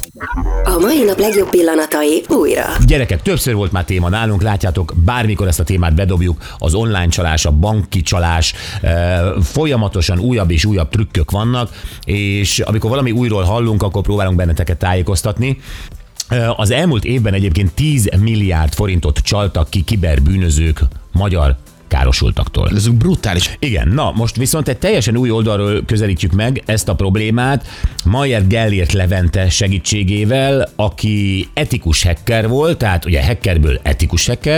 A mai nap legjobb pillanatai újra. Gyerekek, többször volt már téma nálunk, látjátok, bármikor ezt a témát bedobjuk, az online csalás, a banki csalás, folyamatosan újabb és újabb trükkök vannak, és amikor valami újról hallunk, akkor próbálunk benneteket tájékoztatni. Az elmúlt évben egyébként 10 milliárd forintot csaltak ki kiberbűnözők magyar károsultaktól. Ez brutális. Igen, na most viszont egy teljesen új oldalról közelítjük meg ezt a problémát, Mayer Gellért Levente segítségével, aki etikus hacker volt, tehát ugye hackerből etikus hacker,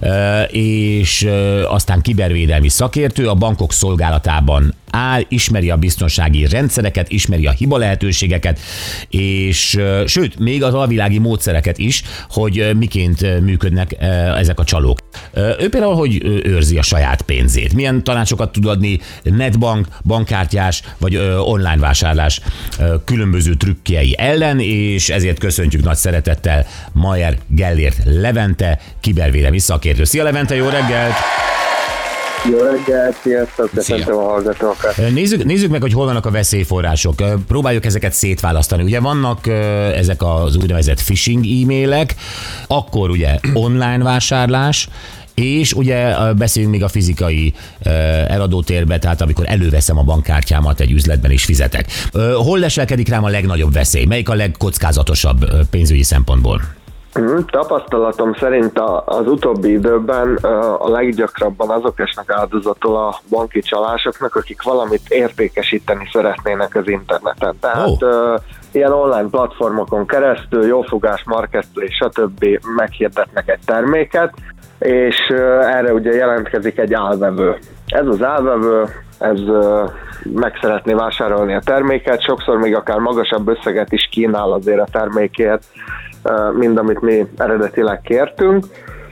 és aztán kibervédelmi szakértő, a bankok szolgálatában áll, ismeri a biztonsági rendszereket, ismeri a hiba lehetőségeket, és sőt, még az alvilági módszereket is, hogy miként működnek ezek a csalók. Ő például hogy őrzi a saját pénzét? Milyen tanácsokat tud adni netbank, bankkártyás vagy online vásárlás különböző trükkjei ellen, és ezért köszöntjük nagy szeretettel Mayer Gellért Levente, kibervédelmi szakértő. Szia Levente, jó reggelt! Jó reggelt, sziasztok, köszöntöm a hallgatókat. Nézzük meg, hogy hol vannak a veszélyforrások. Próbáljuk ezeket szétválasztani. Ugye vannak ezek az úgynevezett phishing e-mailek, akkor ugye online vásárlás, és ugye beszéljünk még a fizikai eladótérbe, tehát amikor előveszem a bankkártyámat egy üzletben és fizetek. Hol leselkedik rám a legnagyobb veszély? Melyik a legkockázatosabb pénzügyi szempontból? Tapasztalatom szerint az utóbbi időben a leggyakrabban azok esnek áldozatul a banki csalásoknak, akik valamit értékesíteni szeretnének az interneten. Tehát ilyen online platformokon keresztül, jófogás, marketplace, stb. Meghirdetnek egy terméket, és erre ugye jelentkezik egy álvevő. Ez az álvevő, ez meg szeretné vásárolni a terméket, sokszor még akár magasabb összeget is kínál azért a termékért, mind amit mi eredetileg kértünk,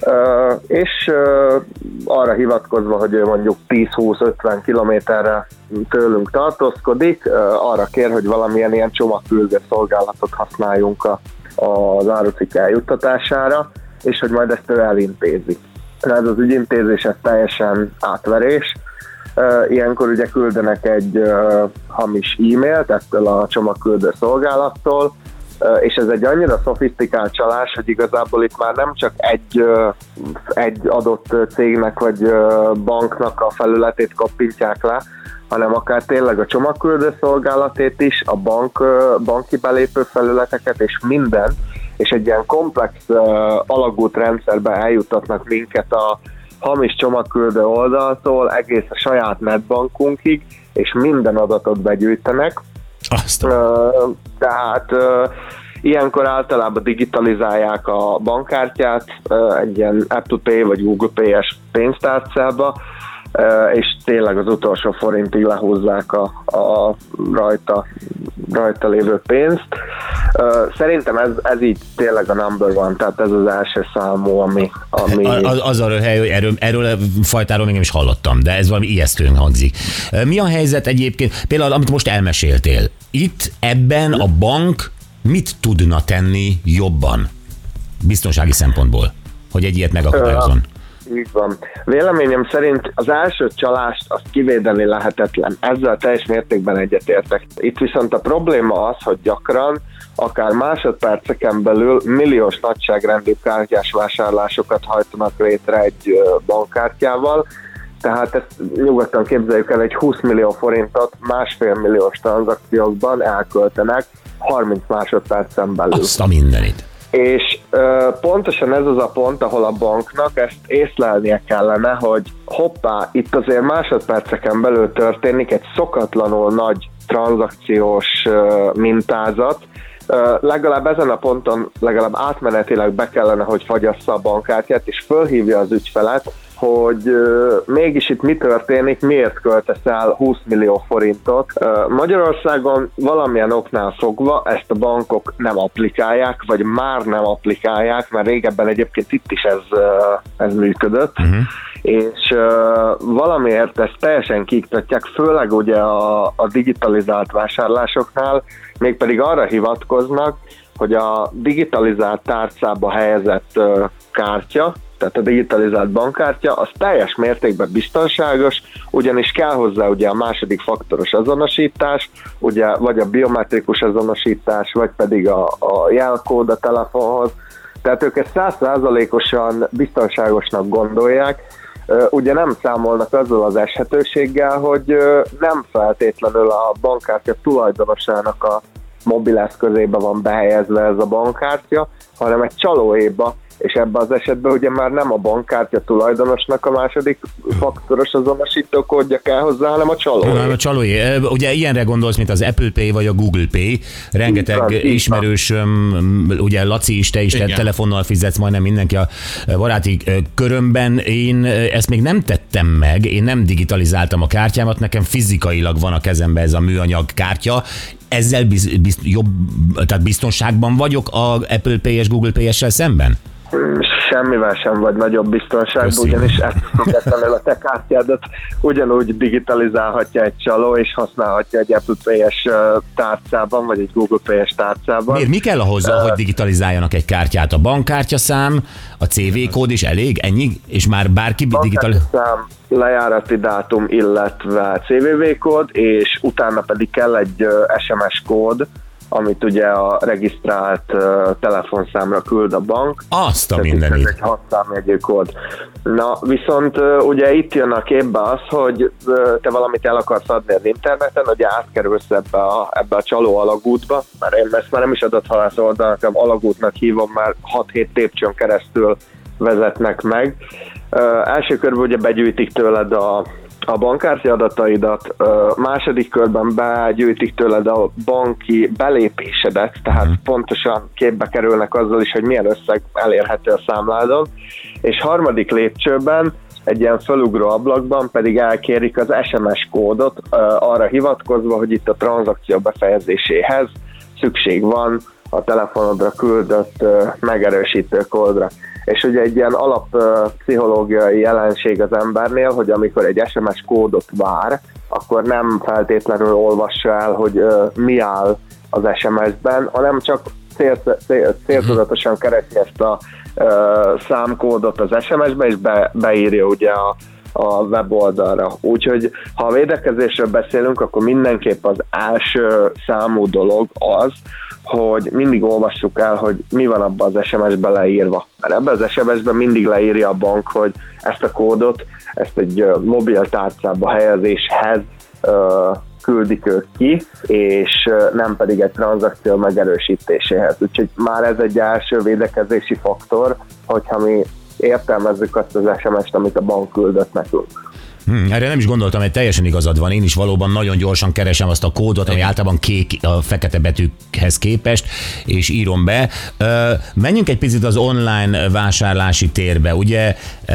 és arra hivatkozva, hogy ő mondjuk 10-20-50 kilométerre tőlünk tartózkodik, arra kér, hogy valamilyen ilyen csomagküldő szolgálatot használjunk az árucikk eljuttatására, és hogy majd ezt ő elintézi. Ez az ügyintézés, ez teljesen átverés. Ilyenkor ugye küldenek egy hamis e-mailt ettől a csomagküldő szolgálattól, és ez egy annyira szofisztikált csalás, hogy igazából itt már nem csak egy adott cégnek vagy banknak a felületét koppintják le, hanem akár tényleg a csomagküldő szolgálatét is, a banki belépő felületeket és minden, és egy ilyen komplex alagút rendszerbe eljutatnak minket a hamis csomagküldő oldaltól egész a saját netbankunkig, és minden adatot begyűjtenek. Tehát ilyenkor általában digitalizálják a bankkártyát egy ilyen Apple Pay vagy Google Pay-es pénztárcába, és tényleg az utolsó forintig lehúzzák a rajta lévő pénzt. Szerintem ez így tényleg a number one, tehát ez az első számú, ami... Az arra hely, hogy erről a fajtáról még nem is hallottam, de ez valami ijesztően hangzik. Mi a helyzet egyébként, például amit most elmeséltél, itt ebben a bank mit tudna tenni jobban biztonsági szempontból, hogy egy ilyet megakadályozzon? Így van. Véleményem szerint az első csalást azt kivédeni lehetetlen. Ezzel teljes mértékben egyetértek. Itt viszont a probléma az, hogy gyakran, akár másodperceken belül milliós nagyságrendű kártyás vásárlásokat hajtanak létre egy bankkártyával. Tehát ezt nyugodtan képzeljük el, egy 20 millió forintot 1,5 milliós tranzakciókban elköltenek 30 másodpercen belül. Azt a mindenit. És pontosan ez az a pont, ahol a banknak ezt észlelnie kellene, hogy hoppá, itt azért másodperceken belül történik egy szokatlanul nagy tranzakciós mintázat, legalább ezen a ponton legalább átmenetileg be kellene, hogy fagyassza a bankkártyát, és fölhívja az ügyfelet, hogy mégis itt mi történik, miért költesz el 20 millió forintot. Magyarországon valamilyen oknál fogva ezt a bankok nem applikálják, vagy már nem applikálják, mert régebben egyébként itt is ez működött, és valamiért ezt teljesen kiiktatják, főleg ugye a digitalizált vásárlásoknál, mégpedig arra hivatkoznak, hogy a digitalizált tárcába helyezett kártya, tehát a digitalizált bankkártya, az teljes mértékben biztonságos, ugyanis kell hozzá ugye a második faktoros azonosítás, ugye vagy a biometrikus azonosítás, vagy pedig a jelkód a telefonhoz, tehát ők ezt 100%-osan biztonságosnak gondolják, ugye nem számolnak azzal az eshetőséggel, hogy nem feltétlenül a bankkártya tulajdonosának a mobileszközébe van behelyezve ez a bankkártya, hanem egy csalóéba, és ebben az esetben ugye már nem a bankkártya tulajdonosnak a második faktoros azonosító kódja kell hozzá, hanem a csalóé. A csalóé. Ugye ilyenre gondolsz, mint az Apple Pay vagy a Google Pay. Rengeteg ismerősöm, ugye Laci is, te is telefonnal fizetsz, majdnem mindenki a baráti körömben. Én ezt még nem tettem meg, én nem digitalizáltam a kártyámat, nekem fizikailag van a kezemben ez a műanyag kártya. Ezzel tehát biztonságban vagyok a Apple Pay-es, Google Pay-essel szemben? Semmivel sem vagy nagyobb biztonságban, ugyanis ezt függetlenül a te kártyádat ugyanúgy digitalizálhatja egy csaló, és használhatja egy Apple Pay-es tárcában, vagy egy Google Pay-es tárcában. Miért? Mi kell ahhoz, hogy digitalizáljanak egy kártyát? A bankkártyaszám, a CV kód is elég? Ennyi? És már bárki digitalizál? Lejárati dátum, illetve CVV kód, és utána pedig kell egy SMS kód, amit ugye a regisztrált telefonszámra küld a bank. Azt a mindenit. Ez egy 6 számjegyű kód. Na, viszont ugye itt jön a képbe az, hogy te valamit el akarsz adni az interneten, hogy átkerülsz ebbe a csaló alagútba, mert én ezt már nem is adathalász oldalnak, hanem alagútnak hívom, már 6-7 lépcsőn keresztül vezetnek meg. Első körben ugye begyűjtik tőled a bankkártya adataidat, második körben begyűjtik tőled a banki belépésedet, tehát pontosan képbe kerülnek azzal is, hogy milyen összeg elérhető a számládon, és harmadik lépcsőben egy ilyen felugró ablakban pedig elkérik az SMS kódot arra hivatkozva, hogy itt a tranzakció befejezéséhez szükség van a telefonodra küldött megerősítő kódra. És ugye egy ilyen alappszichológiai jelenség az embernél, hogy amikor egy SMS kódot vár, akkor nem feltétlenül olvassa el, hogy mi áll az SMS-ben, hanem csak céltudatosan keresi ezt a számkódot az SMS-be, és beírja ugye a weboldalra. Úgyhogy ha a védekezésről beszélünk, akkor mindenképp az első számú dolog az, hogy mindig olvassuk el, hogy mi van abban az SMS-ben leírva. Mert ebben az SMS-ben mindig leírja a bank, hogy ezt a kódot, ezt egy mobiltárcába helyezéshez küldik ők ki, és nem pedig egy tranzakció megerősítéséhez. Úgyhogy már ez egy első védekezési faktor, hogyha mi értelmezzük azt az SMS-t, amit a bank küldött nekünk. Erre nem is gondoltam, hogy teljesen igazad van. Én is valóban nagyon gyorsan keresem azt a kódot, ami általában kék a fekete betűkhez képest, és írom be. Menjünk egy picit az online vásárlási térbe. Ugye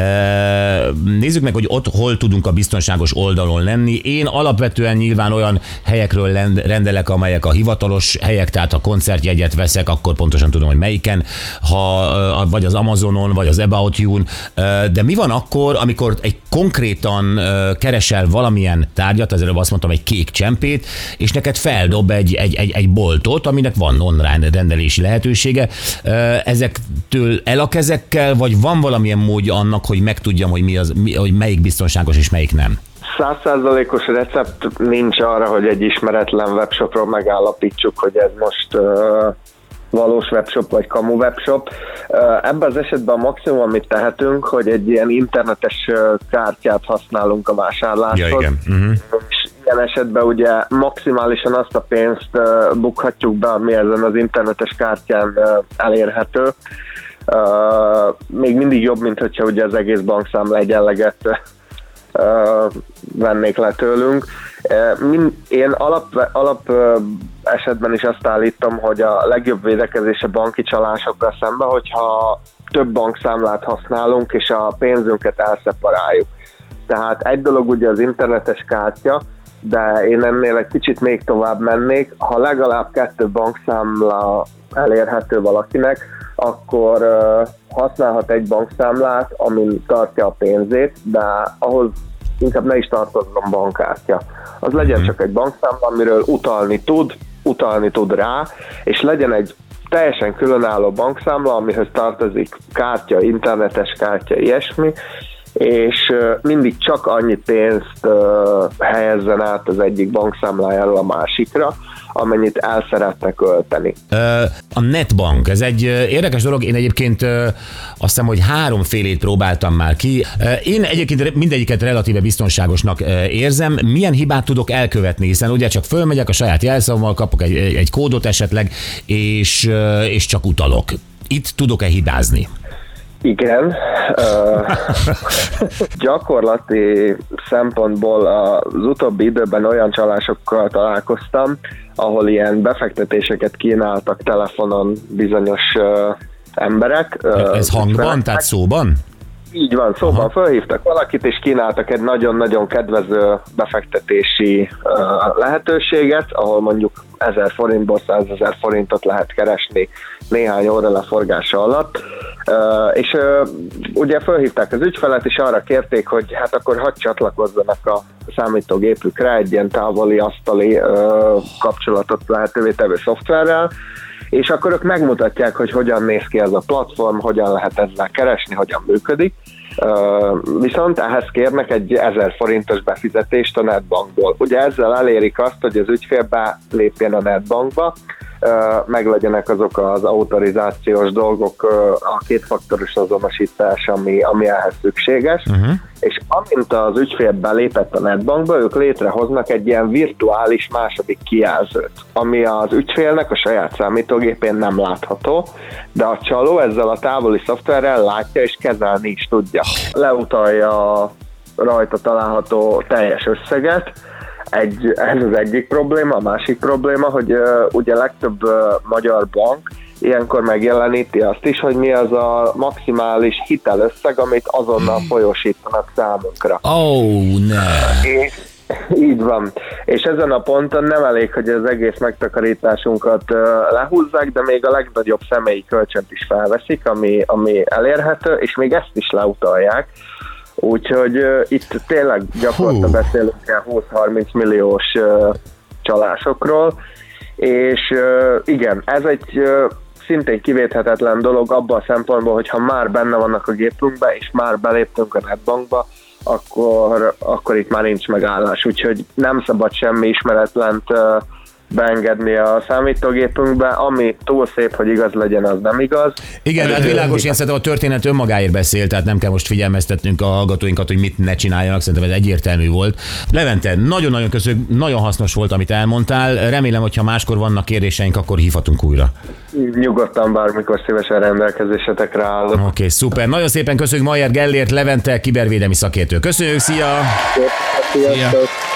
nézzük meg, hogy ott hol tudunk a biztonságos oldalon lenni. Én alapvetően nyilván olyan helyekről rendelek, amelyek a hivatalos helyek, tehát ha koncertjegyet veszek, akkor pontosan tudom, hogy melyiken, vagy az Amazonon, vagy az About You-n. De mi van akkor, amikor egy konkrétan keresel valamilyen tárgyat, ezzel azt mondtam, egy kék csempét, és neked feldob egy boltot, aminek van online rendelési lehetősége. Ezektől el a kezekkel, vagy van valamilyen módja annak, hogy megtudjam, hogy melyik biztonságos és melyik nem? 100%-os recept nincs arra, hogy egy ismeretlen webshopról megállapítsuk, hogy ez most valós webshop vagy kamu webshop. Ebben az esetben a maximum, amit tehetünk, hogy egy ilyen internetes kártyát használunk a vásárláshoz. Ja, igen. És ilyen esetben ugye maximálisan azt a pénzt bukhatjuk be, ami ezen az internetes kártyán elérhető. Még mindig jobb, mint hogyha ugye az egész bankszámla egyenleget vennék le tőlünk. Én alap esetben is azt állítom, hogy a legjobb védekezés a banki csalásokkal szemben, hogyha több bankszámlát használunk, és a pénzünket elszeparáljuk. Tehát egy dolog ugye az internetes kártya, de én ennél egy kicsit még tovább mennék. Ha legalább 2 bankszámla elérhető valakinek, akkor használhat egy bankszámlát, amin tartja a pénzét, de ahhoz inkább ne is tartozzon bankkártya. Az legyen csak egy bankszámla, amiről utalni tud rá, és legyen egy teljesen különálló bankszámla, amihez tartozik kártya, internetes kártya, ilyesmi, és mindig csak annyi pénzt helyezzen át az egyik bankszámlájáról a másikra, amennyit el szeretne költeni. A netbank, ez egy érdekes dolog, én egyébként azt hiszem, hogy 3-félét próbáltam már ki. Én egyébként mindegyiket relatíve biztonságosnak érzem. Milyen hibát tudok elkövetni, hiszen ugye csak fölmegyek a saját jelszavammal, kapok egy kódot esetleg, és csak utalok. Itt tudok-e hibázni? Igen. Gyakorlati szempontból az utóbbi időben olyan csalásokkal találkoztam, ahol ilyen befektetéseket kínáltak telefonon bizonyos emberek. Ez hangban, tehát szóban? Így van, szóban felhívtak valakit, és kínáltak egy nagyon-nagyon kedvező befektetési lehetőséget, ahol mondjuk 1000 forintból 100 000 forintot lehet keresni néhány óra leforgása alatt. És ugye felhívták az ügyfelet, és arra kérték, hogy hát akkor hadd csatlakozzanak a számítógépükre egy ilyen távoli asztali kapcsolatot lehetővé tevő szoftverrel, és akkor ők megmutatják, hogy hogyan néz ki ez a platform, hogyan lehet ezzel keresni, hogyan működik. Viszont ehhez kérnek egy 1000 forintos befizetést a netbankból. Ugye ezzel elérik azt, hogy az ügyfél belépjen a netbankba, meglegyenek azok az autorizációs dolgok, a kétfaktoros azonosítás, ami ehhez szükséges, és amint az ügyfél belépett a netbankba, ők létrehoznak egy ilyen virtuális második kijelzőt, ami az ügyfélnek a saját számítógépén nem látható, de a csaló ezzel a távoli szoftverrel látja és kezelni is tudja. Leutalja rajta található teljes összeget. Ez az egyik probléma, a másik probléma, hogy ugye legtöbb magyar bank ilyenkor megjeleníti azt is, hogy mi az a maximális hitelösszeg, amit azonnal folyósítanak számunkra. Ne! Így van. És ezen a ponton nem elég, hogy az egész megtakarításunkat lehúzzák, de még a legnagyobb személyi kölcsönt is felveszik, ami elérhető, és még ezt is leutalják. Úgyhogy itt tényleg gyakorta beszélünk el 20-30 milliós csalásokról, és igen, ez egy szintén kivéthetetlen dolog abban a szempontból, hogy ha már benne vannak a gépünkbe, és már beléptünk a netbankba, akkor itt már nincs megállás, úgyhogy nem szabad semmi ismeretlent beengedni a számítógépünkbe, ami túl szép, hogy igaz legyen, az nem igaz. Igen, hát világos, én szerintem a történet önmagáért beszél, tehát nem kell most figyelmeztetnünk a hallgatóinkat, hogy mit ne csináljanak, szerintem ez egyértelmű volt. Levente, nagyon-nagyon köszönjük, nagyon hasznos volt, amit elmondtál. Remélem, hogy ha máskor vannak kérdéseink, akkor hívhatunk újra. Nyugodtan, bármikor szívesen rendelkezésetekre állok. Oké, szuper. Nagyon szépen köszönjük Mayer Gellért, Levente, kibervédelmi szakértő. Köszönjük, szia! Sziasztok!